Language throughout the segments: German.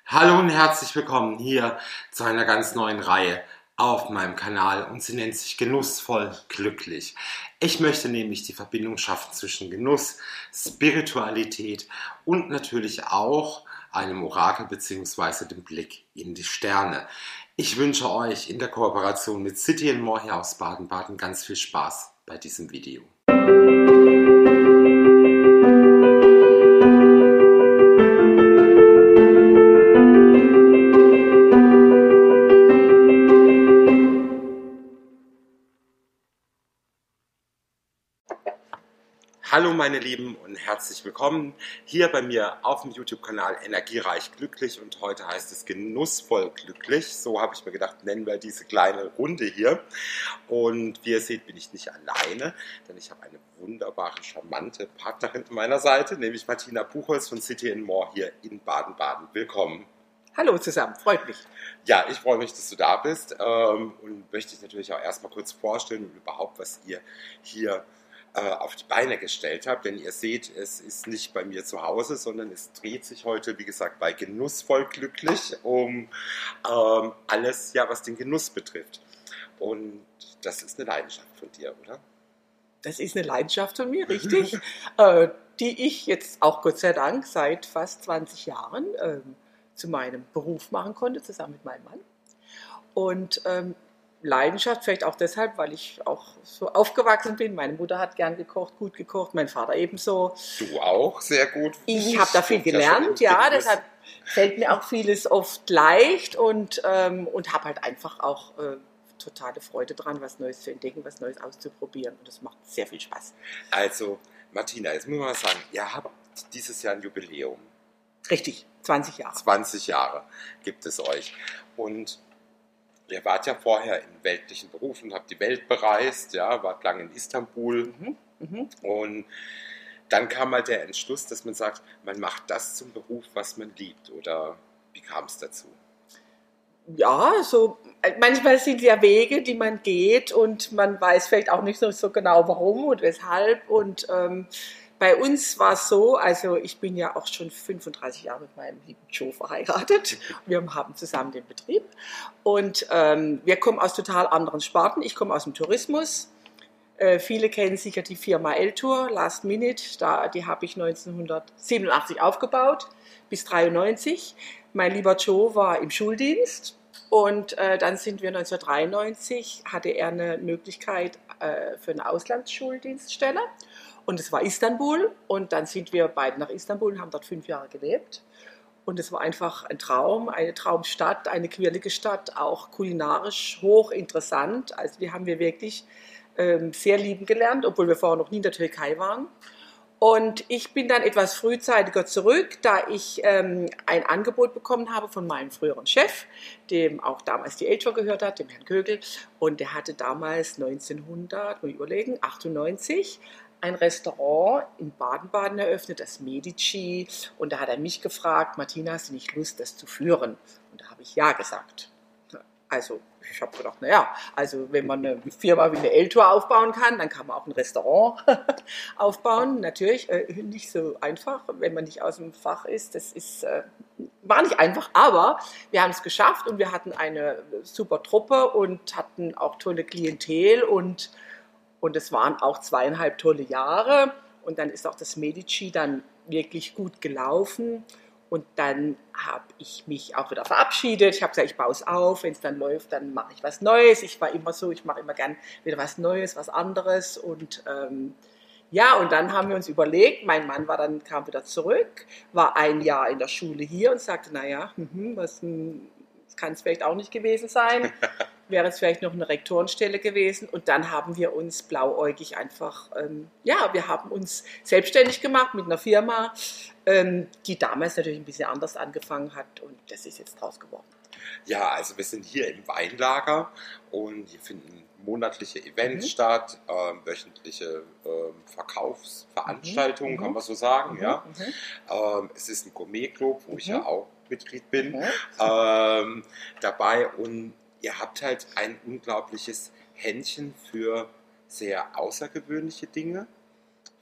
Hallo und herzlich willkommen hier zu einer ganz neuen Reihe auf meinem Kanal und sie nennt sich Genussvoll glücklich. Ich möchte nämlich die Verbindung schaffen zwischen Genuss, Spiritualität und natürlich auch einem Orakel bzw. dem Blick in die Sterne. Ich wünsche euch in der Kooperation mit City & More hier aus Baden-Baden ganz viel Spaß bei diesem Video. Hallo meine Lieben und herzlich willkommen hier bei mir auf dem YouTube-Kanal Energiereich Glücklich und heute heißt es Genussvoll Glücklich. So habe ich mir gedacht, nennen wir diese kleine Runde hier. Und wie ihr seht, bin ich nicht alleine, denn ich habe eine wunderbare, charmante Partnerin an meiner Seite, nämlich Martina Buchholz von City & More hier in Baden-Baden. Willkommen. Hallo zusammen, freut mich. Ja, ich freue mich, dass du da bist und möchte dich natürlich auch erstmal kurz vorstellen und überhaupt, was ihr hier auf die Beine gestellt habt, denn ihr seht, es ist nicht bei mir zu Hause, sondern es dreht sich heute, wie gesagt, bei Genussvoll glücklich um alles, ja, was den Genuss betrifft. Und das ist eine Leidenschaft von dir, oder? Das ist eine Leidenschaft von mir, richtig, die ich jetzt auch Gott sei Dank seit fast 20 Jahren zu meinem Beruf machen konnte, zusammen mit meinem Mann. Und Leidenschaft vielleicht auch deshalb, weil ich auch so aufgewachsen bin. Meine Mutter hat gern gekocht, gut gekocht, mein Vater ebenso. Du auch, sehr gut. Ich habe da viel gelernt, ja, deshalb fällt mir auch vieles oft leicht und habe halt einfach auch totale Freude dran, was Neues zu entdecken, was Neues auszuprobieren und das macht sehr viel Spaß. Also Martina, jetzt muss man mal sagen, ihr habt dieses Jahr ein Jubiläum. Richtig, 20 Jahre. 20 Jahre gibt es euch und ihr wart ja vorher in weltlichen Berufen, habt die Welt bereist, ja, wart lange in Istanbul und dann kam mal der Entschluss, dass man sagt, man macht das zum Beruf, was man liebt, oder wie kam es dazu? Ja, so manchmal sind ja Wege, die man geht und man weiß vielleicht auch nicht so genau warum und weshalb und bei uns war es so, also ich bin ja auch schon 35 Jahre mit meinem lieben Joe verheiratet. Wir haben zusammen den Betrieb und wir kommen aus total anderen Sparten. Ich komme aus dem Tourismus. Viele kennen sicher die Firma L-Tour, Last Minute. Die habe ich 1987 aufgebaut bis 1993. Mein lieber Joe war im Schuldienst und dann sind wir 1993, hatte er eine Möglichkeit für eine Auslandsschuldienststelle. Und es war Istanbul und dann sind wir beide nach Istanbul und haben dort 5 Jahre gelebt. Und es war einfach ein Traum, eine Traumstadt, eine quirlige Stadt, auch kulinarisch hochinteressant. Also die haben wir wirklich sehr lieben gelernt, obwohl wir vorher noch nie in der Türkei waren. Und ich bin dann etwas frühzeitiger zurück, da ich ein Angebot bekommen habe von meinem früheren Chef, dem auch damals die L-Tour gehört hat, dem Herrn Kögel. Und der hatte damals 1998 ein Restaurant in Baden-Baden eröffnet, das Medici. Und da hat er mich gefragt, Martina, hast du nicht Lust, das zu führen? Und da habe ich ja gesagt. Also ich habe gedacht, naja, also wenn man eine Firma wie eine L-Tour aufbauen kann, dann kann man auch ein Restaurant aufbauen. Natürlich nicht so einfach, wenn man nicht aus dem Fach ist. War nicht einfach, aber wir haben es geschafft und wir hatten eine super Truppe und hatten auch tolle Klientel und es waren auch 2,5 tolle Jahre und dann ist auch das Medici dann wirklich gut gelaufen und dann habe ich mich auch wieder verabschiedet. Ich habe gesagt, ich baue es auf, wenn es dann läuft, dann mache ich was Neues. Ich war immer so, ich mache immer gern wieder was Neues, was anderes und ja, und dann haben wir uns überlegt, mein Mann kam wieder zurück, war ein Jahr in der Schule hier und sagte, naja, das kann es vielleicht auch nicht gewesen sein. Wäre es vielleicht noch eine Rektorenstelle gewesen. Und dann haben wir uns blauäugig einfach, wir haben uns selbstständig gemacht mit einer Firma, die damals natürlich ein bisschen anders angefangen hat und das ist jetzt draus geworden. Ja, also wir sind hier im Weinlager und hier finden monatliche Events statt, wöchentliche Verkaufsveranstaltungen, kann man so sagen. Ja. Es ist ein Gourmet-Club, wo ich ja auch Mitglied bin, dabei und ihr habt halt ein unglaubliches Händchen für sehr außergewöhnliche Dinge,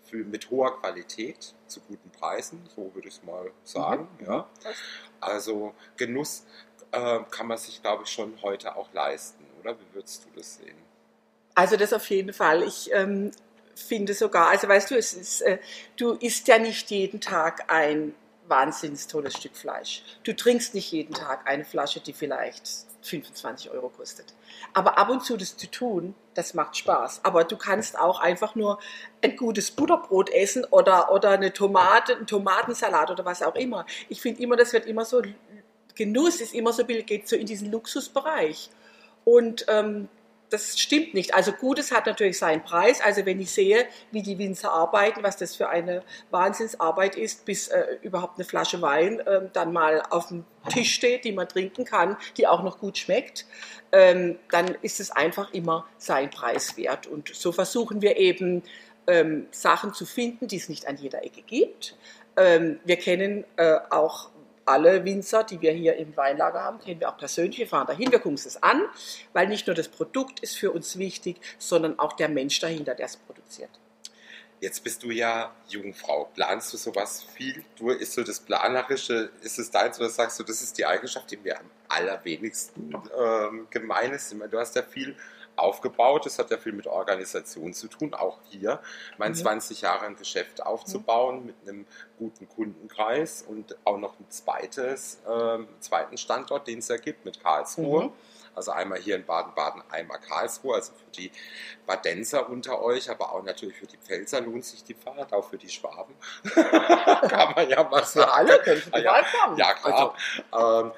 mit hoher Qualität zu guten Preisen, so würde ich es mal sagen. Ja. Also Genuss kann man sich, glaube ich, schon heute auch leisten, oder? Wie würdest du das sehen? Also das auf jeden Fall. Ich finde sogar, also weißt du, du isst ja nicht jeden Tag ein wahnsinnig tolles Stück Fleisch. Du trinkst nicht jeden Tag eine Flasche, die vielleicht 25 Euro kostet. Aber ab und zu das zu tun, das macht Spaß. Aber du kannst auch einfach nur ein gutes Butterbrot essen oder eine Tomate, einen Tomatensalat oder was auch immer. Ich finde immer, das wird immer so, Genuss ist immer so, geht so in diesen Luxusbereich. Und das stimmt nicht. Also Gutes hat natürlich seinen Preis. Also wenn ich sehe, wie die Winzer arbeiten, was das für eine Wahnsinnsarbeit ist, bis überhaupt eine Flasche Wein dann mal auf dem Tisch steht, die man trinken kann, die auch noch gut schmeckt, dann ist es einfach immer seinen Preis wert. Und so versuchen wir eben Sachen zu finden, die es nicht an jeder Ecke gibt. Wir kennen auch alle Winzer, die wir hier im Weinlager haben, kennen wir auch persönlich. Wir fahren dahin, wir gucken uns das an, weil nicht nur das Produkt ist für uns wichtig, sondern auch der Mensch dahinter, der es produziert. Jetzt bist du ja Jungfrau. Planst du sowas viel? Ist so das Planerische, ist es deins oder sagst du, das ist die Eigenschaft, die mir am allerwenigsten gemein ist? Ich meine, du hast ja viel aufgebaut, das hat ja viel mit Organisation zu tun, auch hier. Ich meine, 20 Jahre ein Geschäft aufzubauen mit einem guten Kundenkreis und auch noch ein zweiten Standort, den es ja gibt, mit Karlsruhe. Also einmal hier in Baden-Baden, einmal Karlsruhe, also für die Badenser unter euch, aber auch natürlich für die Pfälzer lohnt sich die Fahrt, auch für die Schwaben. Kann man ja mal sagen. Für alle können Sie mal kommen. Ja, klar. Also.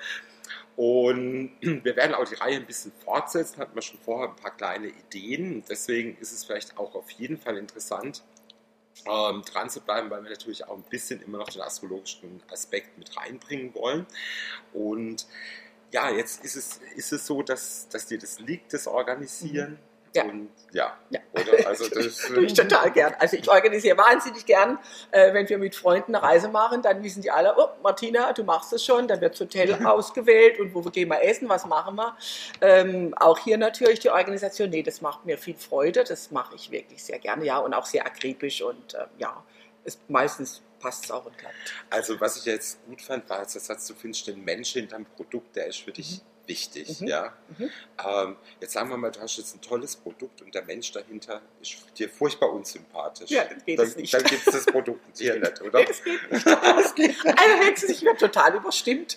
Und wir werden auch die Reihe ein bisschen fortsetzen, hatten wir schon vorher ein paar kleine Ideen. Deswegen ist es vielleicht auch auf jeden Fall interessant, dran zu bleiben, weil wir natürlich auch ein bisschen immer noch den astrologischen Aspekt mit reinbringen wollen. Und ja, jetzt ist es so, dass dir das liegt, das Organisieren. Ja. Und ja. Oder? Also das tue ich total gern. Also ich organisiere wahnsinnig gern, wenn wir mit Freunden eine Reise machen, dann wissen die alle, oh, Martina, du machst es schon, dann wird das Hotel ausgewählt und wo gehen wir essen, was machen wir. Auch hier natürlich die Organisation, nee, das macht mir viel Freude, das mache ich wirklich sehr gerne, ja, und auch sehr akribisch und meistens passt es auch und klappt. Also was ich jetzt gut fand, war jetzt der Satz, du findest den Mensch hinterm Produkt, der ist für dich wichtig. Ja? Jetzt sagen wir mal, du hast jetzt ein tolles Produkt und der Mensch dahinter ist dir furchtbar unsympathisch. Ja, dann geht es nicht. Dann gibt es das Produkt dir nicht, oder? Nee, das geht nicht. Das geht nicht. Also höchstens, ich werde total überstimmt.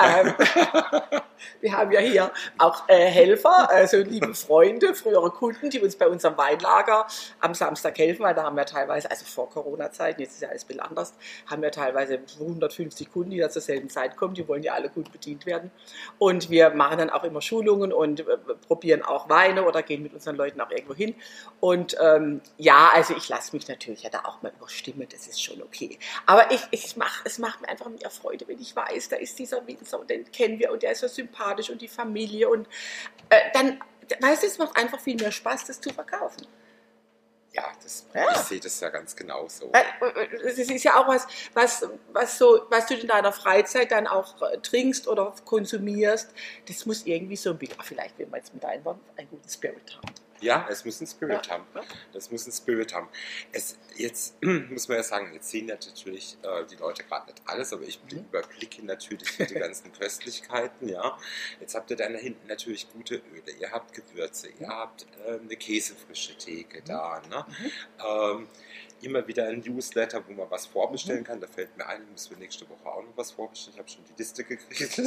Wir haben ja hier auch Helfer, also liebe Freunde, frühere Kunden, die uns bei unserem Weinlager am Samstag helfen, weil da haben wir teilweise, also vor Corona-Zeiten, jetzt ist ja alles ein bisschen anders, haben wir teilweise 150 Kunden, die da zur selben Zeit kommen, die wollen ja alle gut bedient werden. Und wir machen dann auch immer Schulungen und probieren auch Weine oder gehen mit unseren Leuten auch irgendwo hin. Und also ich lasse mich natürlich ja da auch mal überstimmen, das ist schon okay. Aber es macht mir einfach mehr Freude, wenn ich weiß, da ist dieser Winzer und den kennen wir und der ist so sympathisch und die Familie und dann, weißt du, es macht einfach viel mehr Spaß, das zu verkaufen. Ja, ich sehe das ja ganz genauso. Es ist ja auch was du in deiner Freizeit dann auch trinkst oder konsumierst. Das muss irgendwie so ein bisschen, vielleicht will man jetzt mit deinen Worten einen guten Spirit haben. Ja, es muss einen Spirit haben. Das muss einen Spirit haben. Jetzt muss man ja sagen, jetzt sehen ja natürlich die Leute gerade nicht alles, aber ich überblicke natürlich die ganzen Köstlichkeiten. Ja. Jetzt habt ihr dann da hinten natürlich gute Öle, ihr habt Gewürze, ihr habt eine käsefrische Theke da. Ne? Immer wieder ein Newsletter, wo man was vorbestellen kann. Da fällt mir ein, müssen wir nächste Woche auch noch was vorbestellen. Ich habe schon die Liste gekriegt.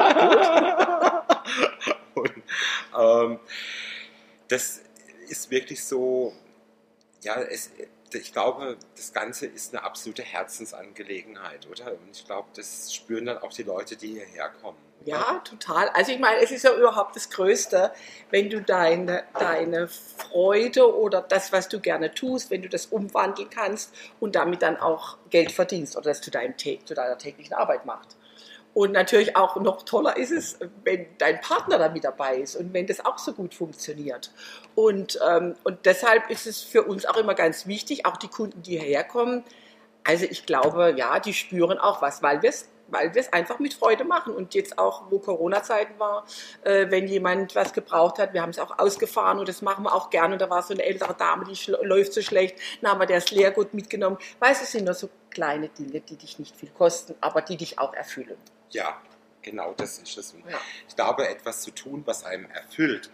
Und das ist wirklich so, ja, ich glaube, das Ganze ist eine absolute Herzensangelegenheit, oder? Und ich glaube, das spüren dann auch die Leute, die hierher kommen. Oder? Ja, total. Also ich meine, es ist ja überhaupt das Größte, wenn du deine Freude oder das, was du gerne tust, wenn du das umwandeln kannst und damit dann auch Geld verdienst oder das zu deiner täglichen Arbeit macht. Und natürlich auch noch toller ist es, wenn dein Partner da mit dabei ist und wenn das auch so gut funktioniert. Und deshalb ist es für uns auch immer ganz wichtig, auch die Kunden, die hierher kommen, also ich glaube, ja, die spüren auch was, weil wir es weil wir es einfach mit Freude machen. Und jetzt auch, wo Corona-Zeiten war, wenn jemand was gebraucht hat, wir haben es auch ausgefahren und das machen wir auch gerne. Und da war so eine ältere Dame, die läuft so schlecht, dann haben wir das Leergut mitgenommen. Weißt du, es sind nur so kleine Dinge, die dich nicht viel kosten, aber die dich auch erfüllen. Ja, genau, das ist es. Und Ja. ich glaube, etwas zu tun, was einem erfüllt,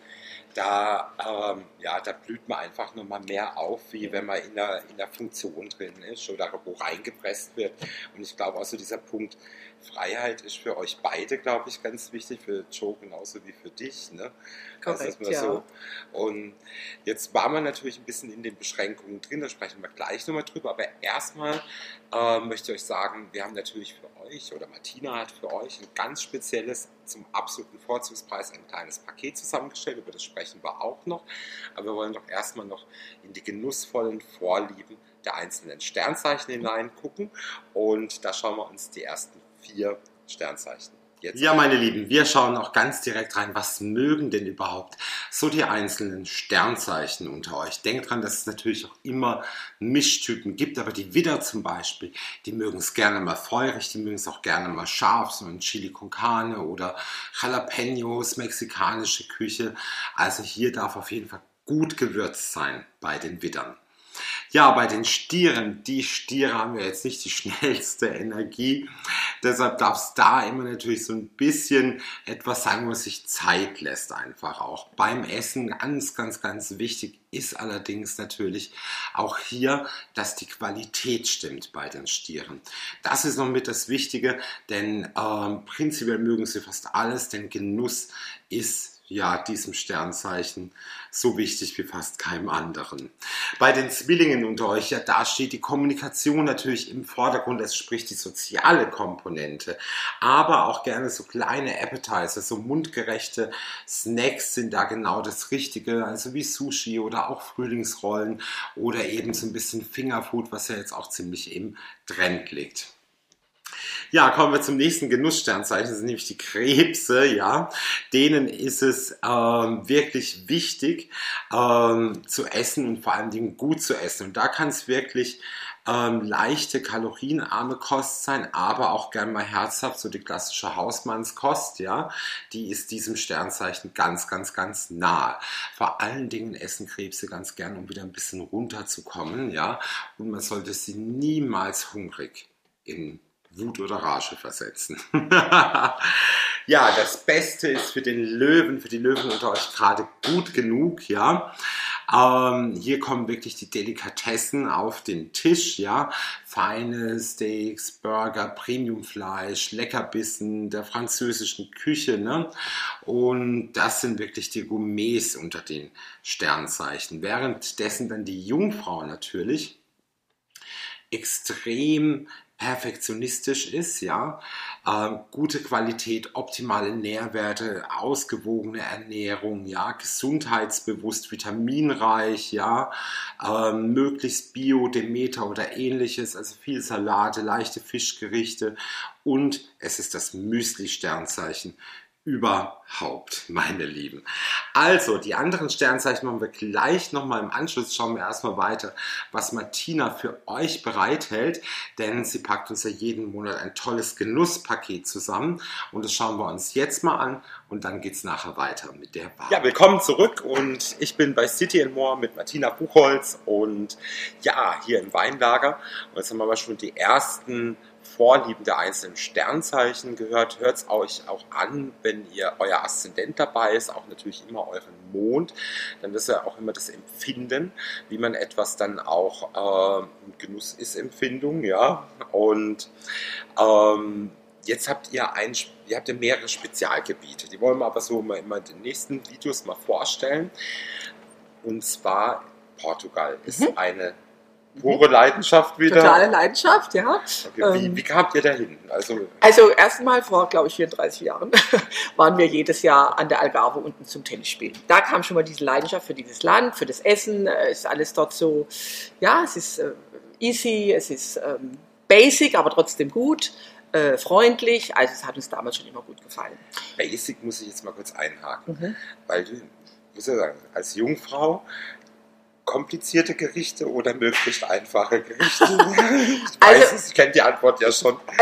da blüht man einfach nochmal mehr auf, wie wenn man in der Funktion drin ist oder wo reingepresst wird. Und ich glaube, also dieser Punkt Freiheit ist für euch beide, glaube ich, ganz wichtig, für Joe genauso wie für dich. Ne? Korrekt, also, ja. so. Und jetzt waren wir natürlich ein bisschen in den Beschränkungen drin, da sprechen wir gleich nochmal drüber, aber erstmal möchte ich euch sagen, wir haben natürlich für euch, oder Martina hat für euch ein ganz spezielles, zum absoluten Vorzugspreis ein kleines Paket zusammengestellt, über das sprechen wir auch noch, aber wir wollen doch erstmal noch in die genussvollen Vorlieben der einzelnen Sternzeichen hineingucken und da schauen wir uns die ersten 4 Sternzeichen jetzt. Ja, meine Lieben, wir schauen auch ganz direkt rein, was mögen denn überhaupt so die einzelnen Sternzeichen unter euch. Denkt dran, dass es natürlich auch immer Mischtypen gibt, aber die Widder zum Beispiel, die mögen es gerne mal feurig, die mögen es auch gerne mal scharf, so ein Chili con Carne oder Jalapenos, mexikanische Küche. Also hier darf auf jeden Fall gut gewürzt sein bei den Widdern. Ja, bei den Stieren, die Stiere haben ja jetzt nicht die schnellste Energie, deshalb darf es da immer natürlich so ein bisschen etwas sein, wo es sich Zeit lässt einfach auch. Beim Essen ganz, ganz, ganz wichtig ist allerdings natürlich auch hier, dass die Qualität stimmt bei den Stieren. Das ist noch mit das Wichtige, denn prinzipiell mögen sie fast alles, denn Genuss ist ja diesem Sternzeichen so wichtig wie fast keinem anderen. Bei den Zwillingen unter euch, ja, da steht die Kommunikation natürlich im Vordergrund, es spricht die soziale Komponente, aber auch gerne so kleine Appetizer, so mundgerechte Snacks sind da genau das Richtige, also wie Sushi oder auch Frühlingsrollen oder eben so ein bisschen Fingerfood, was ja jetzt auch ziemlich im Trend liegt. Ja, kommen wir zum nächsten Genusssternzeichen, das sind nämlich die Krebse, ja. Denen ist es wirklich wichtig zu essen und vor allen Dingen gut zu essen. Und da kann es wirklich leichte, kalorienarme Kost sein, aber auch gern mal herzhaft, so die klassische Hausmannskost, ja. Die ist diesem Sternzeichen ganz, ganz, ganz nahe. Vor allen Dingen essen Krebse ganz gern, um wieder ein bisschen runterzukommen, ja. Und man sollte sie niemals hungrig in Wut oder Rage versetzen. Ja, das Beste ist für die Löwen unter euch gerade gut genug, ja. Hier kommen wirklich die Delikatessen auf den Tisch, ja. Feine Steaks, Burger, Premiumfleisch, Leckerbissen der französischen Küche, ne. Und das sind wirklich die Gourmets unter den Sternzeichen. Währenddessen dann die Jungfrau natürlich extrem perfektionistisch ist, ja, gute Qualität, optimale Nährwerte, ausgewogene Ernährung, ja, gesundheitsbewusst, vitaminreich, ja, möglichst Bio, Demeter oder ähnliches, also viel Salate, leichte Fischgerichte und es ist das Müsli-Sternzeichen überhaupt, meine Lieben. Also, die anderen Sternzeichen machen wir gleich nochmal im Anschluss. Schauen wir erstmal weiter, was Martina für euch bereithält, denn sie packt uns ja jeden Monat ein tolles Genusspaket zusammen und das schauen wir uns jetzt mal an und dann geht es nachher weiter mit der Wahl. Ja, willkommen zurück und ich bin bei City & More mit Martina Buchholz und ja, hier im Weinlager und jetzt haben wir aber schon die ersten Vorlieben der einzelnen Sternzeichen gehört. Hört es euch auch an, wenn ihr euer Aszendent dabei ist, auch natürlich immer euren Mond. Dann ist ja auch immer das Empfinden, wie man etwas dann auch, Genuss ist Empfindung, ja. Und jetzt habt ihr mehrere Spezialgebiete. Die wollen wir aber so immer in den nächsten Videos mal vorstellen. Und zwar Portugal ist eine pure Leidenschaft wieder. Totale Leidenschaft, ja. Okay, wie kamt ihr dahin? Also erstmal vor, glaube ich, 34 Jahren waren wir jedes Jahr an der Algarve unten zum Tennisspielen. Da kam schon mal diese Leidenschaft für dieses Land, für das Essen. Ist alles dort so, ja, es ist easy, es ist basic, aber trotzdem gut. Freundlich, also es hat uns damals schon immer gut gefallen. Basic muss ich jetzt mal kurz einhaken, weil du, muss ja sagen, als Jungfrau komplizierte Gerichte oder möglichst einfache Gerichte? Ich kenne die Antwort ja schon. Also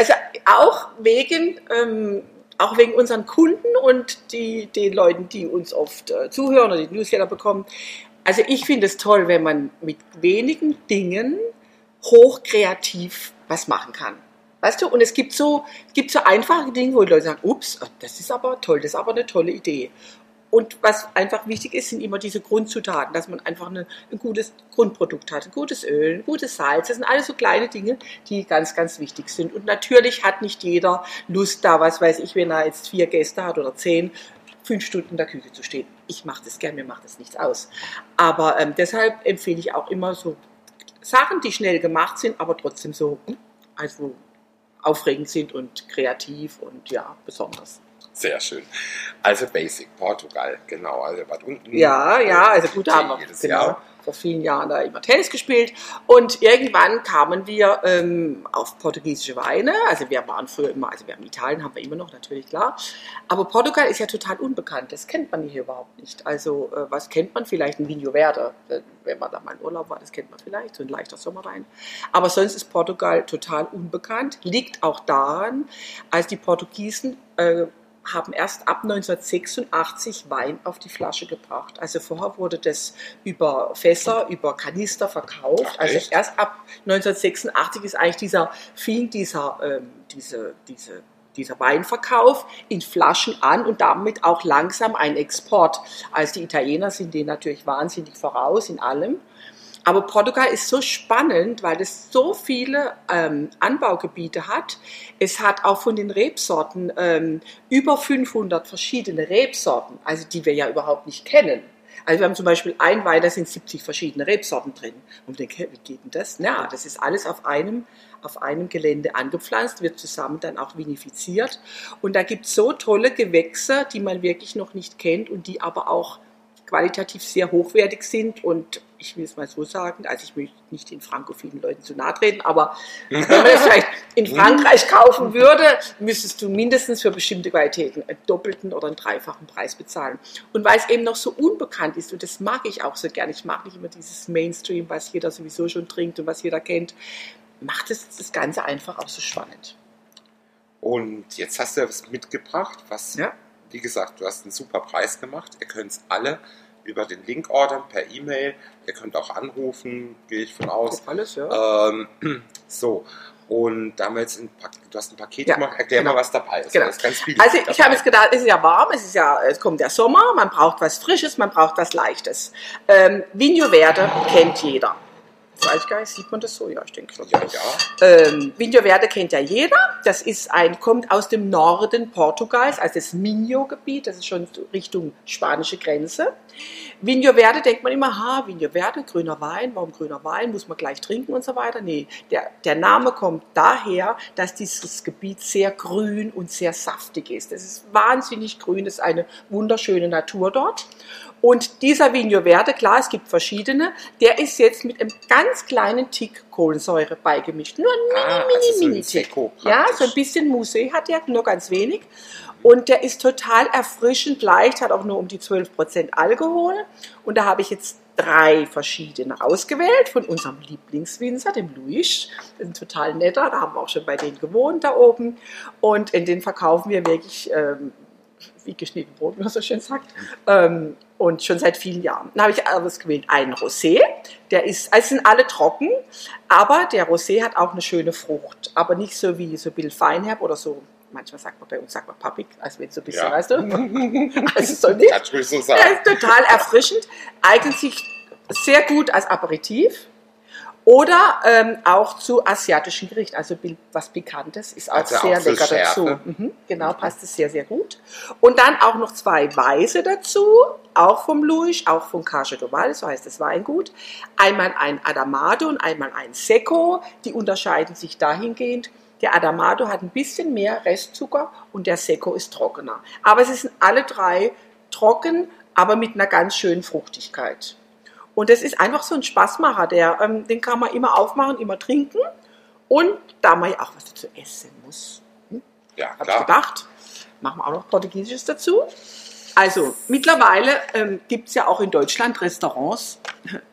auch wegen unseren Kunden und den Leuten, die uns oft zuhören oder die Newsletter bekommen. Also ich finde es toll, wenn man mit wenigen Dingen hochkreativ was machen kann. Weißt du, und es gibt so einfache Dinge, wo die Leute sagen, ups, das ist aber toll, das ist aber eine tolle Idee. Und was einfach wichtig ist, sind immer diese Grundzutaten, dass man einfach ein gutes Grundprodukt hat, ein gutes Öl, ein gutes Salz. Das sind alles so kleine Dinge, die ganz, ganz wichtig sind. Und natürlich hat nicht jeder Lust da, was weiß ich, wenn er jetzt 4 Gäste hat oder 10, 5 Stunden in der Küche zu stehen. Ich mache das gern, mir macht das nichts aus. Aber deshalb empfehle ich auch immer so Sachen, die schnell gemacht sind, aber trotzdem so also aufregend sind und kreativ und ja, besonders. Sehr schön. Also Basic, Portugal, genau. Also Bad Unten. Ja, also gut, da haben wir jedes Jahr. Vor vielen Jahren da immer Tennis gespielt und irgendwann kamen wir auf portugiesische Weine. Also wir waren früher immer, also wir haben Italien, haben wir immer noch, natürlich, klar. Aber Portugal ist ja total unbekannt, das kennt man hier überhaupt nicht. Also was kennt man vielleicht? Ein Vinho Verde, wenn man da mal in Urlaub war, das kennt man vielleicht, so ein leichter Sommerwein. Aber sonst ist Portugal total unbekannt, liegt auch daran, als die Portugiesen haben erst ab 1986 Wein auf die Flasche gebracht. Also vorher wurde das über Fässer, über Kanister verkauft. Ach, also echt? erst ab 1986 ist eigentlich dieser Weinverkauf in Flaschen an und damit auch langsam ein Export. Also die Italiener sind denen natürlich wahnsinnig voraus in allem. Aber Portugal ist so spannend, weil es so viele Anbaugebiete hat. Es hat auch von den Rebsorten über 500 verschiedene Rebsorten, also die wir ja überhaupt nicht kennen. Also wir haben zum Beispiel ein Wein, da sind 70 verschiedene Rebsorten drin. Und wir denken, wie geht denn das? Ja, das ist alles auf einem Gelände angepflanzt, wird zusammen dann auch vinifiziert. Und da gibt es so tolle Gewächse, die man wirklich noch nicht kennt und die aber auch qualitativ sehr hochwertig sind und ich will es mal so sagen, also ich möchte nicht den frankophilen Leuten zu nahe treten, aber wenn man das vielleicht in Frankreich kaufen würde, müsstest du mindestens für bestimmte Qualitäten einen doppelten oder einen dreifachen Preis bezahlen. Und weil es eben noch so unbekannt ist und das mag ich auch so gern, ich mag nicht immer dieses Mainstream, was jeder sowieso schon trinkt und was jeder kennt, macht es das Ganze einfach auch so spannend. Und jetzt hast du ja was mitgebracht, was... Ja. Wie gesagt, du hast einen super Preis gemacht. Ihr könnt es alle über den Link ordern, per E-Mail. Ihr könnt auch anrufen, gehe ich von aus. Alles, ja. So, und damals du hast ein Paket Ja, gemacht. Erklär genau. mal, was dabei ist. Genau. Das ist ganz billig Also ich dabei. habe jetzt gedacht, es ist ja warm, es kommt der Sommer, man braucht was Frisches, man braucht was Leichtes. Vinho Verde kennt jeder. Das weiß ich gar nicht, sieht man das so? Ja, ich denke schon. Ja. Vinho Verde kennt ja jeder. Das ist kommt aus dem Norden Portugals, also das Minho-Gebiet, das ist schon Richtung spanische Grenze. Vinho Verde denkt man immer, Vinho Verde, grüner Wein, warum grüner Wein, muss man gleich trinken und so weiter. Nee, der Name kommt daher, dass dieses Gebiet sehr grün und sehr saftig ist. Es ist wahnsinnig grün, es ist eine wunderschöne Natur dort. Und dieser Vinho Verde, klar, es gibt verschiedene, der ist jetzt mit einem ganz kleinen Tick Kohlensäure beigemischt. Nur ein mini-Tick. Ja, so ein bisschen Mousse hat der, nur ganz wenig. Und der ist total erfrischend leicht, hat auch nur um die 12% Alkohol. Und da habe ich jetzt 3 verschiedene ausgewählt von unserem Lieblingswinzer, dem Luis. Das ist ein total netter, da haben wir auch schon bei denen gewohnt da oben. Und in den verkaufen wir wirklich wie geschnitten Brot, wie man so schön sagt. Und schon seit vielen Jahren. Dann habe ich ausgewählt einen Rosé. Also sind alle trocken, aber der Rosé hat auch eine schöne Frucht. Aber nicht so wie so ein bisschen feinherb oder so. Manchmal bei uns sagt man pappig, also wenn es so ein bisschen, weißt du. Also so nicht. Kannst du so sagen. Der ist total erfrischend. Eignet sich sehr gut als Aperitif. Oder auch zu asiatischen Gerichten, also was Pikantes, ist auch Also sehr auch so lecker Schärfe. dazu. Genau, passt es sehr, sehr gut. Und dann auch noch 2 Weiße dazu, auch vom Luis, auch von Caixa do Val, so heißt das Weingut. Einmal ein Adamado und einmal ein Seco, die unterscheiden sich dahingehend. Der Adamado hat ein bisschen mehr Restzucker und der Seco ist trockener. Aber sie sind alle 3 trocken, aber mit einer ganz schönen Fruchtigkeit. Und das ist einfach so ein Spaßmacher, den kann man immer aufmachen, immer trinken. Und da man ja auch was dazu essen muss, Ja, habe ich klar. gedacht, machen wir auch noch Portugiesisches dazu. Also mittlerweile gibt es ja auch in Deutschland Restaurants,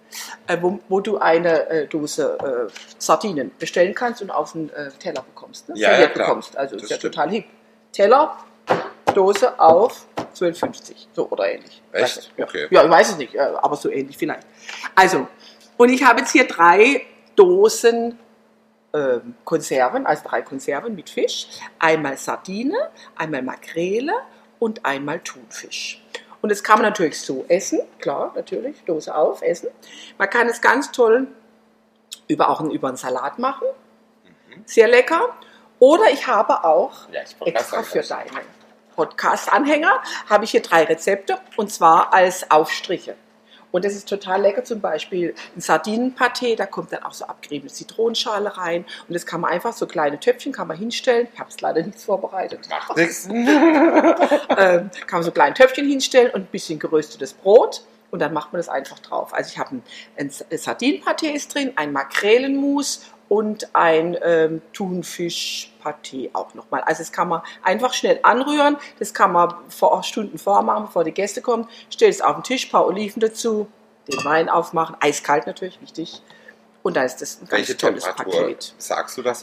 wo du eine Dose Sardinen bestellen kannst und auf den Teller bekommst. Ne? Ja, klar. Bekommst. Also Das ist ja stimmt. total hip. Teller, Dose auf 12,50. So oder ähnlich. Echt? Weiß nicht. Okay. Ja, ich weiß es nicht, aber so ähnlich vielleicht. Also, und ich habe jetzt hier 3 Dosen Konserven, also 3 Konserven mit Fisch. Einmal Sardine, einmal Makrele und einmal Thunfisch. Und das kann man natürlich so essen, klar, natürlich, Dose auf, essen. Man kann es ganz toll über einen Salat machen, sehr lecker. Oder ich habe auch Ja, ich wollte extra gerade für sagen, deinen Podcast-Anhänger, habe ich hier 3 Rezepte und zwar als Aufstriche. Und das ist total lecker, zum Beispiel ein Sardinenpaté, da kommt dann auch so abgeriebene Zitronenschale rein. Und das kann man einfach, so kleine Töpfchen kann man hinstellen. Ich habe es leider nichts vorbereitet. Macht nichts. Kann man so kleine Töpfchen hinstellen und ein bisschen geröstetes Brot. Und dann macht man das einfach drauf. Also ich habe ein Sardinenpaté ist drin, ein Makrelenmus und ein Thunfischpaté auch nochmal. Also das kann man einfach schnell anrühren. Das kann man Stunden vormachen, bevor die Gäste kommen. Stellt es auf den Tisch, ein paar Oliven dazu, den Wein aufmachen. Eiskalt natürlich, wichtig. Und dann ist das ein ganz Welche tolles Temperatur Paket. sagst du das?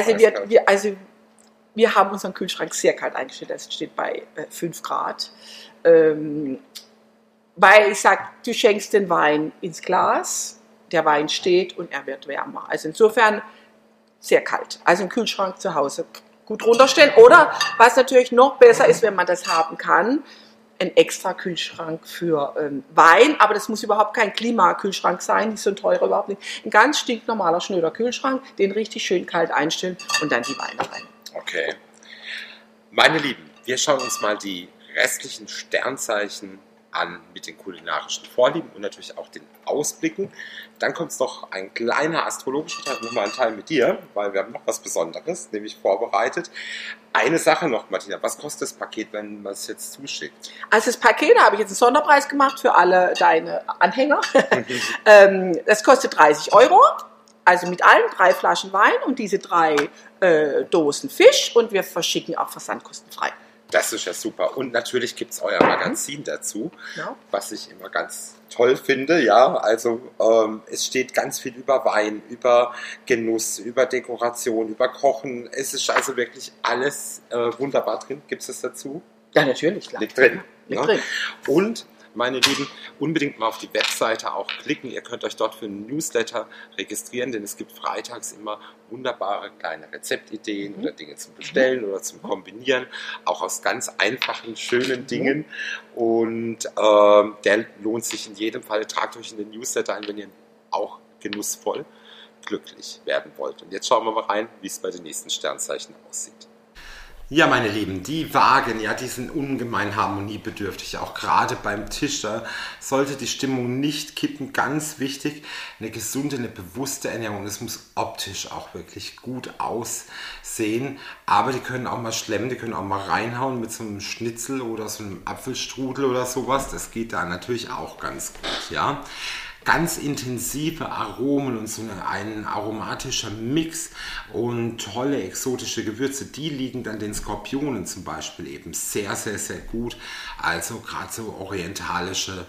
Wir haben unseren Kühlschrank sehr kalt eingestellt. Das steht bei 5 Grad. Weil ich sage, du schenkst den Wein ins Glas, der Wein steht und er wird wärmer. Also insofern sehr kalt. Also im Kühlschrank zu Hause gut runterstellen. Oder was natürlich noch besser ist, wenn man das haben kann, ein extra Kühlschrank für Wein. Aber das muss überhaupt kein Klimakühlschrank sein, nicht so ein teurer überhaupt nicht. Ein ganz stinknormaler, schnöder Kühlschrank, den richtig schön kalt einstellen und dann die Weine rein. Okay. Meine Lieben, wir schauen uns mal die restlichen Sternzeichen an mit den kulinarischen Vorlieben und natürlich auch den Ausblicken. Dann kommt es noch ein kleiner astrologischer Teil, nochmal ein Teil mit dir, weil wir haben noch was Besonderes, nämlich vorbereitet. Eine Sache noch, Martina, was kostet das Paket, wenn man es jetzt zuschickt? Also das Paket, da habe ich jetzt einen Sonderpreis gemacht für alle deine Anhänger. Das kostet 30 €. Also mit allen 3 Flaschen Wein und diese 3 Dosen Fisch und wir verschicken auch versandkostenfrei. Das ist ja super. Und natürlich gibt es euer Magazin dazu, Ja. was ich immer ganz toll finde. Ja, also es steht ganz viel über Wein, über Genuss, über Dekoration, über Kochen. Es ist also wirklich alles wunderbar drin. Gibt es das dazu? Ja, natürlich, klar. Liegt drin. Liegt Ja. drin. Und meine Lieben, unbedingt mal auf die Webseite auch klicken. Ihr könnt euch dort für einen Newsletter registrieren, denn es gibt freitags immer wunderbare kleine Rezeptideen oder Dinge zum Bestellen oder zum Kombinieren, auch aus ganz einfachen, schönen Dingen. Und der lohnt sich in jedem Fall. Tragt euch in den Newsletter ein, wenn ihr auch genussvoll glücklich werden wollt. Und jetzt schauen wir mal rein, wie es bei den nächsten Sternzeichen aussieht. Ja, meine Lieben, die Wagen, ja, die sind ungemein harmoniebedürftig, auch gerade beim Tisch. Da sollte die Stimmung nicht kippen, ganz wichtig, eine gesunde, eine bewusste Ernährung. Es muss optisch auch wirklich gut aussehen, aber die können auch mal schlemmen, die können auch mal reinhauen mit so einem Schnitzel oder so einem Apfelstrudel oder sowas. Das geht da natürlich auch ganz gut, ja. Ganz intensive Aromen und so ein aromatischer Mix und tolle exotische Gewürze, die liegen dann den Skorpionen zum Beispiel eben sehr, sehr, sehr gut. Also gerade so orientalische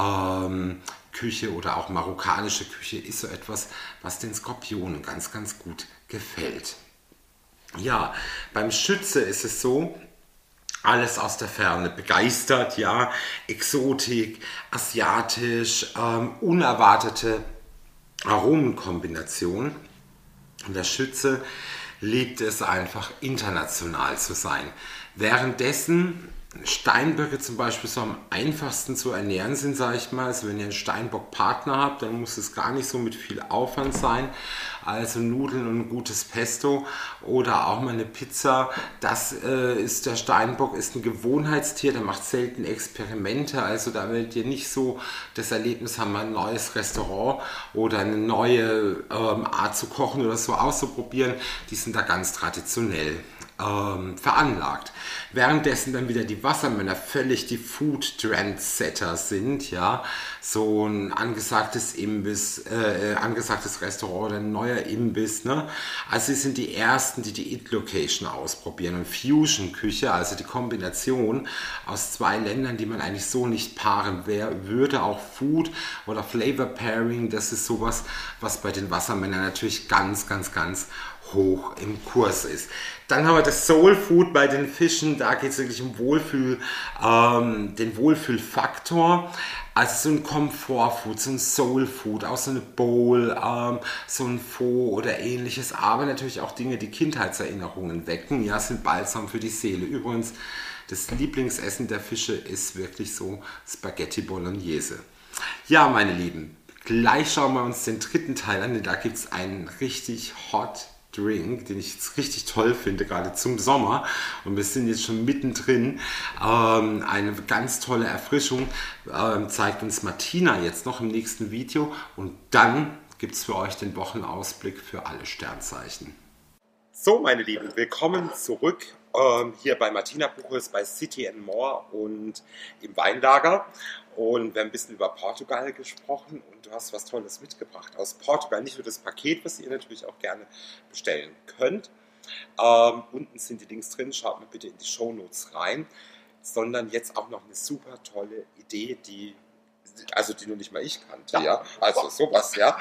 Küche oder auch marokkanische Küche ist so etwas, was den Skorpionen ganz, ganz gut gefällt. Ja, beim Schütze ist es so, alles aus der Ferne, begeistert, ja, Exotik, asiatisch, unerwartete Aromenkombinationen. Und der Schütze liebt es einfach, international zu sein. Währenddessen Steinböcke zum Beispiel so am einfachsten zu ernähren sind, sage ich mal. Also wenn ihr einen Steinbock-Partner habt, dann muss es gar nicht so mit viel Aufwand sein. Also Nudeln und ein gutes Pesto oder auch mal eine Pizza. Das ist der Steinbock, ist ein Gewohnheitstier, der macht selten Experimente. Also da werdet ihr nicht so das Erlebnis haben, ein neues Restaurant oder eine neue Art zu kochen oder so auszuprobieren. Die sind da ganz traditionell. veranlagt. Währenddessen dann wieder die Wassermänner völlig die Food-Trendsetter sind, ja, so ein angesagtes Imbiss, angesagtes Restaurant oder ein neuer Imbiss, ne? Also sie sind die Ersten, die die It-Location ausprobieren und Fusion-Küche, also die Kombination aus zwei Ländern, die man eigentlich so nicht paaren würde, auch Food oder Flavor Pairing, das ist sowas, was bei den Wassermännern natürlich ganz, ganz, ganz hoch im Kurs ist. Dann haben wir das Soul Food bei den Fischen, da geht es wirklich um den Wohlfühlfaktor. Also so ein Komfortfood, so ein Soul Food, auch so eine Bowl, so ein Pho oder ähnliches, aber natürlich auch Dinge, die Kindheitserinnerungen wecken, ja, sind Balsam für die Seele. Übrigens, das Lieblingsessen der Fische ist wirklich so Spaghetti Bolognese. Ja, meine Lieben, gleich schauen wir uns den dritten Teil an, denn da gibt es einen richtig hot Drink, den ich jetzt richtig toll finde, gerade zum Sommer. Und wir sind jetzt schon mittendrin. Eine ganz tolle Erfrischung zeigt uns Martina jetzt noch im nächsten Video. Und dann gibt es für euch den Wochenausblick für alle Sternzeichen. So, meine Lieben, willkommen zurück hier bei Martina Buchholz bei City and More und im Weinlager. Und wir haben ein bisschen über Portugal gesprochen und du hast was Tolles mitgebracht aus Portugal. Nicht nur das Paket, was ihr natürlich auch gerne bestellen könnt. Unten sind die Links drin, schaut mal bitte in die Shownotes rein. Sondern jetzt auch noch eine super tolle Idee, die nur nicht mal ich kannte. Ja. Also sowas, ja.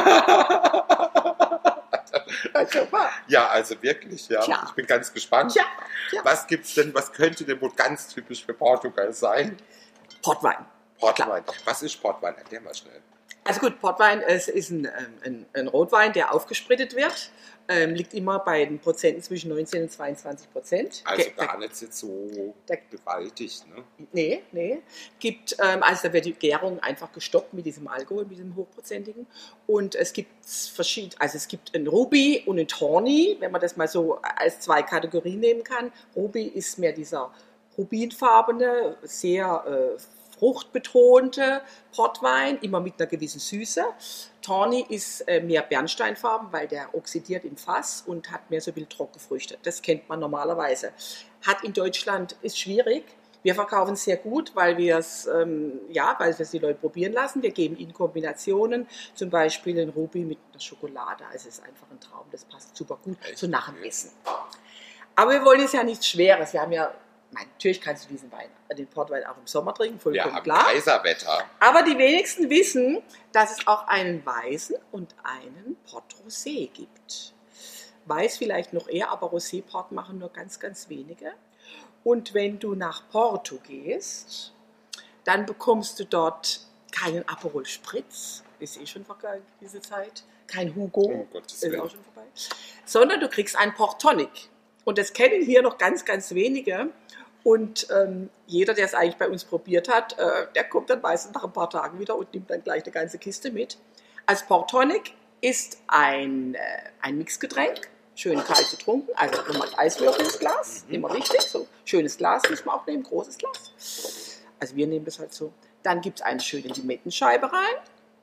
Ja, also wirklich, ja. Tja. Ich bin ganz gespannt. Ja. Was gibt's denn, was könnte denn wohl ganz typisch für Portugal sein? Portwein. Portwein. Was ist Portwein? Erklär mal schnell. Also gut, Portwein ist ein Rotwein, der aufgesprittet wird. Liegt immer bei den Prozenten zwischen 19 und 22%. Also gar nicht jetzt so gewaltig, ne? Nee. Also da wird die Gärung einfach gestoppt mit diesem Alkohol, mit diesem hochprozentigen. Und es gibt es gibt ein Ruby und ein Tawny, wenn man das mal so als zwei Kategorien nehmen kann. Ruby ist mehr dieser rubinfarbene, sehr fruchtbetonte Portwein, immer mit einer gewissen Süße. Tawny ist mehr bernsteinfarben, weil der oxidiert im Fass und hat mehr so viel Trockenfrüchte. Das kennt man normalerweise. Hat in Deutschland, ist schwierig. Wir verkaufen es sehr gut, weil wir es die Leute probieren lassen. Wir geben ihnen Kombinationen, zum Beispiel ein Ruby mit einer Schokolade. Also es ist einfach ein Traum, das passt super gut so nach dem Essen. Aber wir wollen jetzt ja nichts Schweres. Wir haben ja natürlich kannst du den Portwein auch im Sommer trinken, vollkommen klar. Ja, Kaiserwetter. Aber die wenigsten wissen, dass es auch einen Weißen und einen Port Rosé gibt. Weiß vielleicht noch eher, aber Rosé-Port machen nur ganz, ganz wenige. Und wenn du nach Porto gehst, dann bekommst du dort keinen Aperol Spritz, ist schon vorbei diese Zeit, kein Hugo, ist auch schon vorbei, sondern du kriegst einen Port Tonic. Und das kennen hier noch ganz, ganz wenige. Und jeder, der es eigentlich bei uns probiert hat, der kommt dann meistens nach ein paar Tagen wieder und nimmt dann gleich eine ganze Kiste mit. Als Port Tonic ist ein Mixgetränk, schön kalt getrunken, also immer Eiswürfel ins Glas, immer wichtig, so schönes Glas muss man auch nehmen, großes Glas. Also wir nehmen das halt so. Dann gibt es eine schöne Limettenscheibe rein.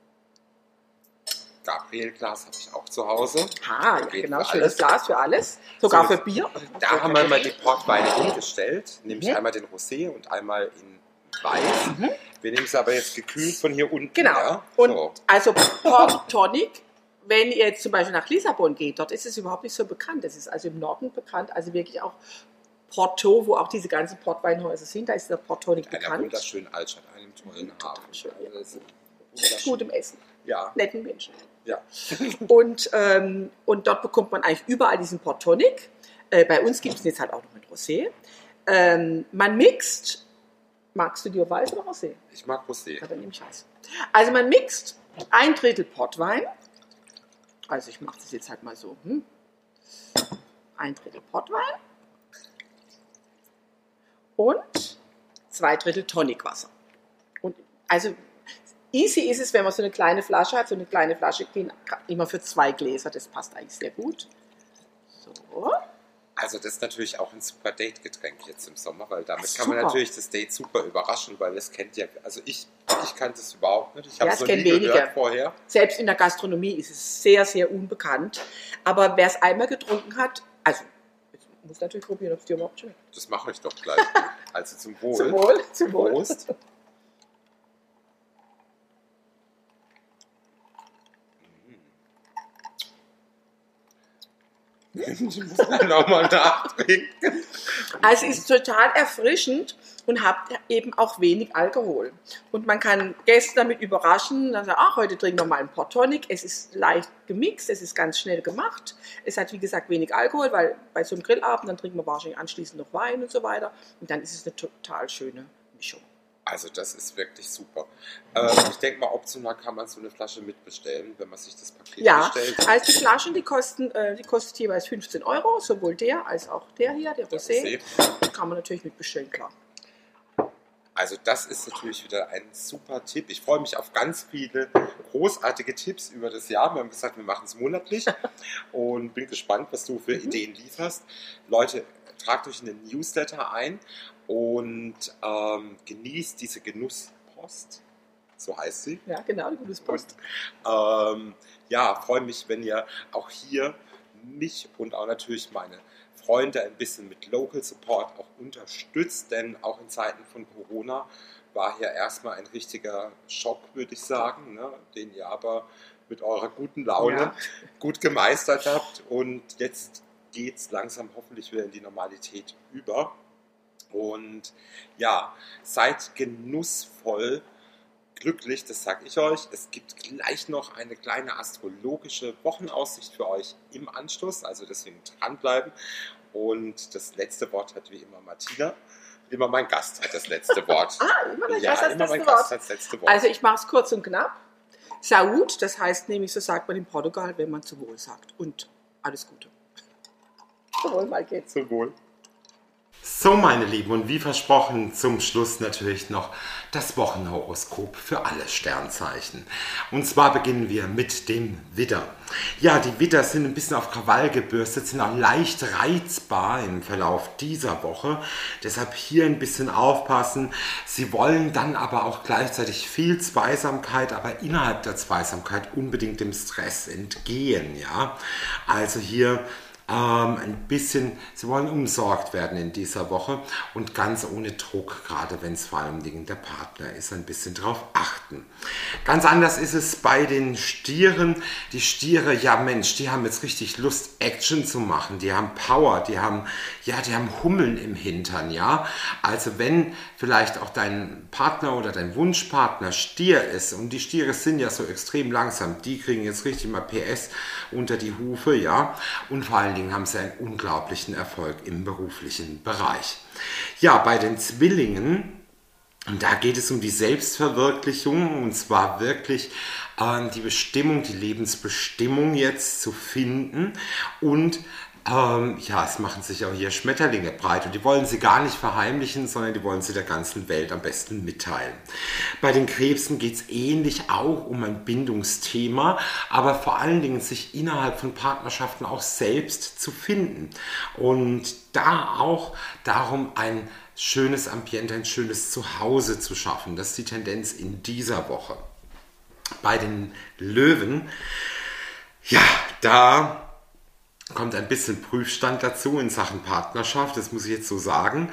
Gabriel-Glas habe ich auch zu Hause. Ja, genau, schönes Glas für alles. Sogar für Bier. Da haben wir mal die Portweine hingestellt, nämlich einmal den Rosé und einmal in Weiß. Wir nehmen es aber jetzt gekühlt von hier unten. Genau. Ja? Und so. also Port Tonic, wenn ihr jetzt zum Beispiel nach Lissabon geht, dort ist es überhaupt nicht so bekannt. Das ist also im Norden bekannt, also wirklich auch Porto, wo auch diese ganzen Portweinhäuser sind, da ist der Port Tonic bekannt. Einer wunderschönen Altstadt, einem tollen Hafen. Schön, ja. Gutem Essen. Ja. Netten Menschen. Ja. Und dort bekommt man eigentlich überall diesen Port Tonic. Bei uns gibt es jetzt halt auch noch mit Rosé. Man mixt. Magst du dir Weiß oder Rosé? Ich mag Rosé. Ja, dann nehme ich Weiß. Also man mixt 1/3 Portwein. Also ich mache das jetzt halt mal so. 1/3 Portwein. Und 2/3 Tonicwasser. Und also easy ist es, wenn man so eine kleine Flasche hat. So eine kleine Flasche gehen immer für 2 Gläser. Das passt eigentlich sehr gut. So. Also das ist natürlich auch ein super Date-Getränk jetzt im Sommer, weil damit super. kann man natürlich das Date super überraschen, weil das kennt ja, also ich kannte es überhaupt nicht. Ich habe es noch nie gehört vorher. Selbst in der Gastronomie ist es sehr, sehr unbekannt. Aber wer es einmal getrunken hat, also muss natürlich probieren, ob es dir überhaupt schmeckt. Das mache ich doch gleich. Also zum Wohl. Zum Wohl. Zum Wohl. Prost. Ich muss dann auch mal nachtrinken. Also es ist total erfrischend und hat eben auch wenig Alkohol. Und man kann Gäste damit überraschen, dann sagen, ach, heute trinken wir mal einen Port Tonic. Es ist leicht gemixt, es ist ganz schnell gemacht. Es hat, wie gesagt, wenig Alkohol, weil bei so einem Grillabend, dann trinken wir wahrscheinlich anschließend noch Wein und so weiter. Und dann ist es eine total schöne Mischung. Also das ist wirklich super. Ich denke mal, optional kann man so eine Flasche mitbestellen, wenn man sich das Paket bestellt. Ja, also die Flaschen, die kostet jeweils 15 €, sowohl der als auch der hier, der Rosé. Kann man natürlich mitbestellen, klar. Also das ist natürlich wieder ein super Tipp. Ich freue mich auf ganz viele großartige Tipps über das Jahr. Wir haben gesagt, wir machen es monatlich und bin gespannt, was du für Ideen lieferst. Leute, tragt euch in den Newsletter ein und genießt diese Genusspost. So heißt sie. Ja, genau, die Genusspost. Ja, freue mich, wenn ihr auch hier mich und auch natürlich meine Freunde ein bisschen mit Local Support auch unterstützt, denn auch in Zeiten von Corona war hier erstmal ein richtiger Schock, würde ich sagen, ne, den ihr aber mit eurer guten Laune gut gemeistert habt und jetzt geht es langsam hoffentlich wieder in die Normalität über und ja, seid genussvoll glücklich, das sage ich euch. Es gibt gleich noch eine kleine astrologische Wochenaussicht für euch im Anschluss, also deswegen dranbleiben. Und das letzte Wort hat wie immer Martina. Immer mein Gast hat das letzte Wort. Immer mein Gast hat das letzte Wort. Also ich mache es kurz und knapp. Saúde, das heißt nämlich, so sagt man in Portugal, wenn man zu Wohl sagt. Und alles Gute. Zum Wohl, mal geht's. Zum Wohl. So, meine Lieben, und wie versprochen, zum Schluss natürlich noch das Wochenhoroskop für alle Sternzeichen. Und zwar beginnen wir mit dem Widder. Ja, die Widder sind ein bisschen auf Krawall gebürstet, sind auch leicht reizbar im Verlauf dieser Woche. Deshalb hier ein bisschen aufpassen. Sie wollen dann aber auch gleichzeitig viel Zweisamkeit, aber innerhalb der Zweisamkeit unbedingt dem Stress entgehen. Ja, also hier ein bisschen, sie wollen umsorgt werden in dieser Woche und ganz ohne Druck, gerade wenn es vor allem der Partner ist, ein bisschen drauf achten. Ganz anders ist es bei den Stieren. Die Stiere, ja Mensch, die haben jetzt richtig Lust, Action zu machen. Die haben Power, die haben Hummeln im Hintern, ja. Also wenn vielleicht auch dein Partner oder dein Wunschpartner Stier ist und die Stiere sind ja so extrem langsam, die kriegen jetzt richtig mal PS unter die Hufe, ja. Und vor allen Dingen haben sie einen unglaublichen Erfolg im beruflichen Bereich. Ja, bei den Zwillingen, und da geht es um die Selbstverwirklichung und zwar wirklich die Bestimmung, die Lebensbestimmung jetzt zu finden und es machen sich auch hier Schmetterlinge breit und die wollen sie gar nicht verheimlichen, sondern die wollen sie der ganzen Welt am besten mitteilen. Bei den Krebsen geht es ähnlich auch um ein Bindungsthema, aber vor allen Dingen sich innerhalb von Partnerschaften auch selbst zu finden und da auch darum ein schönes Ambiente, ein schönes Zuhause zu schaffen. Das ist die Tendenz in dieser Woche. Bei den Löwen, ja, da kommt ein bisschen Prüfstand dazu in Sachen Partnerschaft, das muss ich jetzt so sagen.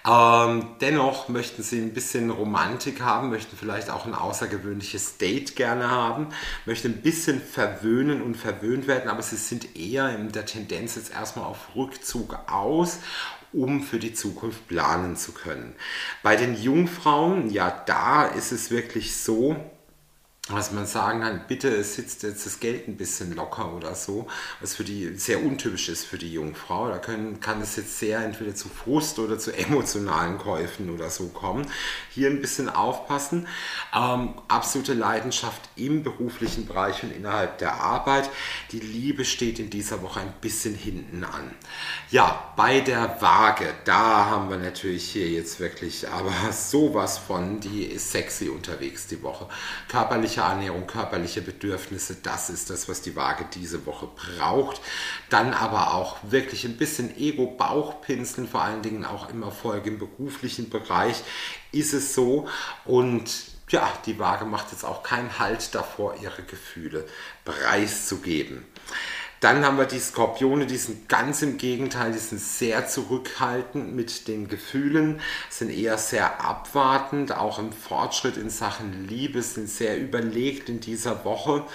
Dennoch möchten sie ein bisschen Romantik haben, möchten vielleicht auch ein außergewöhnliches Date gerne haben, möchten ein bisschen verwöhnen und verwöhnt werden, aber sie sind eher in der Tendenz jetzt erstmal auf Rückzug aus, um für die Zukunft planen zu können. Bei den Jungfrauen, ja, da ist es wirklich so, was man sagen kann, bitte sitzt jetzt das Geld ein bisschen locker oder so, was für die sehr untypisch ist für die Jungfrau. Da kann es jetzt sehr entweder zu Frust oder zu emotionalen Käufen oder so kommen. Hier ein bisschen aufpassen. Absolute Leidenschaft im beruflichen Bereich und innerhalb der Arbeit. Die Liebe steht in dieser Woche ein bisschen hinten an. Ja, bei der Waage, da haben wir natürlich hier jetzt wirklich aber sowas von, die ist sexy unterwegs die Woche. Körperliche Ernährung, körperliche Bedürfnisse, das ist das, was die Waage diese Woche braucht. Dann aber auch wirklich ein bisschen Ego-Bauchpinseln, vor allen Dingen auch im Erfolg im beruflichen Bereich ist es so. Und ja, die Waage macht jetzt auch keinen Halt davor, ihre Gefühle preiszugeben. Dann haben wir die Skorpione, die sind ganz im Gegenteil, die sind sehr zurückhaltend mit den Gefühlen, sind eher sehr abwartend, auch im Fortschritt in Sachen Liebe, sind sehr überlegt in dieser Woche,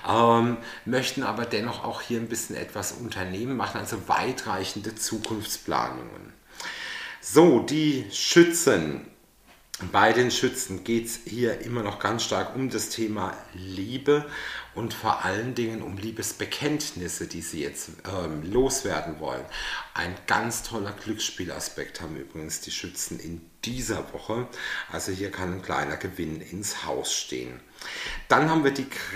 möchten aber dennoch auch hier ein bisschen etwas unternehmen, machen also weitreichende Zukunftsplanungen. So, die Schützen. Bei den Schützen geht es hier immer noch ganz stark um das Thema Liebe und vor allen Dingen um Liebesbekenntnisse, die sie jetzt loswerden wollen. Ein ganz toller Glücksspielaspekt haben übrigens die Schützen in dieser Woche. Also hier kann ein kleiner Gewinn ins Haus stehen. Dann haben wir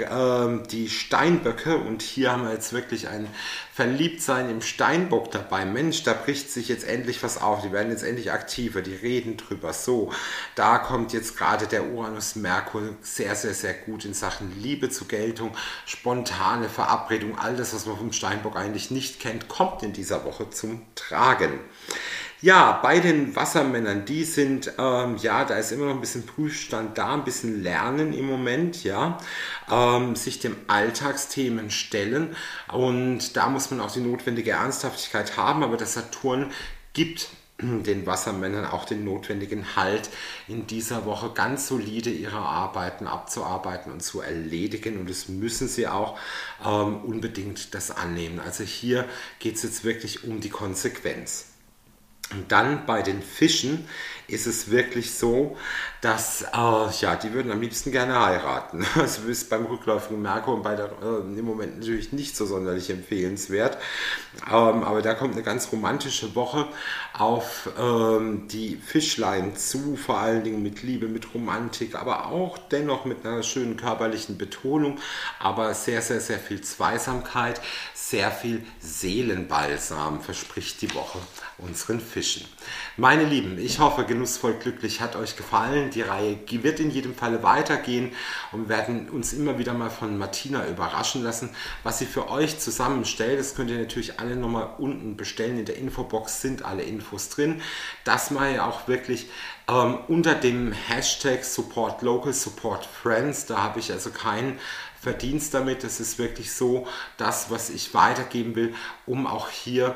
die Steinböcke und hier haben wir jetzt wirklich ein Verliebtsein im Steinbock dabei. Mensch, da bricht sich jetzt endlich was auf. Die werden jetzt endlich aktiver, die reden drüber. So, da kommt jetzt gerade der Uranus-Merkur sehr, sehr, sehr gut in Sachen Liebe zur Geltung. Spontane Verabredung, all das, was man vom Steinbock eigentlich nicht kennt, kommt in dieser Woche zum Tragen. Ja, bei den Wassermännern, die sind, ja, da ist immer noch ein bisschen Prüfstand da, ein bisschen Lernen im Moment, ja, sich dem Alltagsthemen stellen und da muss man auch die notwendige Ernsthaftigkeit haben, aber der Saturn gibt den Wassermännern auch den notwendigen Halt, in dieser Woche ganz solide ihre Arbeiten abzuarbeiten und zu erledigen und das müssen sie auch unbedingt das annehmen. Also hier geht es jetzt wirklich um die Konsequenz. Und dann bei den Fischen ist es wirklich so, dass ja, die würden am liebsten gerne heiraten. Das ist beim rückläufigen Merkur und im Moment natürlich nicht so sonderlich empfehlenswert. Aber da kommt eine ganz romantische Woche auf die Fischlein zu, vor allen Dingen mit Liebe, mit Romantik, aber auch dennoch mit einer schönen körperlichen Betonung, aber sehr, sehr, sehr viel Zweisamkeit, sehr viel Seelenbalsam verspricht die Woche unseren Fischen. Meine Lieben, ich hoffe, genussvoll glücklich hat euch gefallen. Die Reihe wird in jedem Falle weitergehen und wir werden uns immer wieder mal von Martina überraschen lassen, was sie für euch zusammenstellt. Das könnt ihr natürlich alle nochmal unten bestellen. In der Infobox sind alle Infos drin. Das mache ich auch wirklich unter dem Hashtag Support Local, Support Friends. Da habe ich also keinen Verdienst damit. Das ist wirklich so das, was ich weitergeben will, um auch hier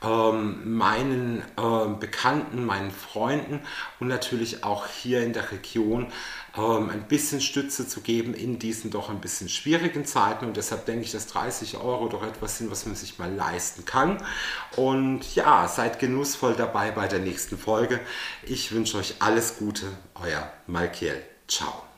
meinen Bekannten, meinen Freunden und natürlich auch hier in der Region ein bisschen Stütze zu geben in diesen doch ein bisschen schwierigen Zeiten und deshalb denke ich, dass 30 € doch etwas sind, was man sich mal leisten kann und ja, seid genussvoll dabei bei der nächsten Folge. Ich wünsche euch alles Gute, euer Malkiel. Ciao.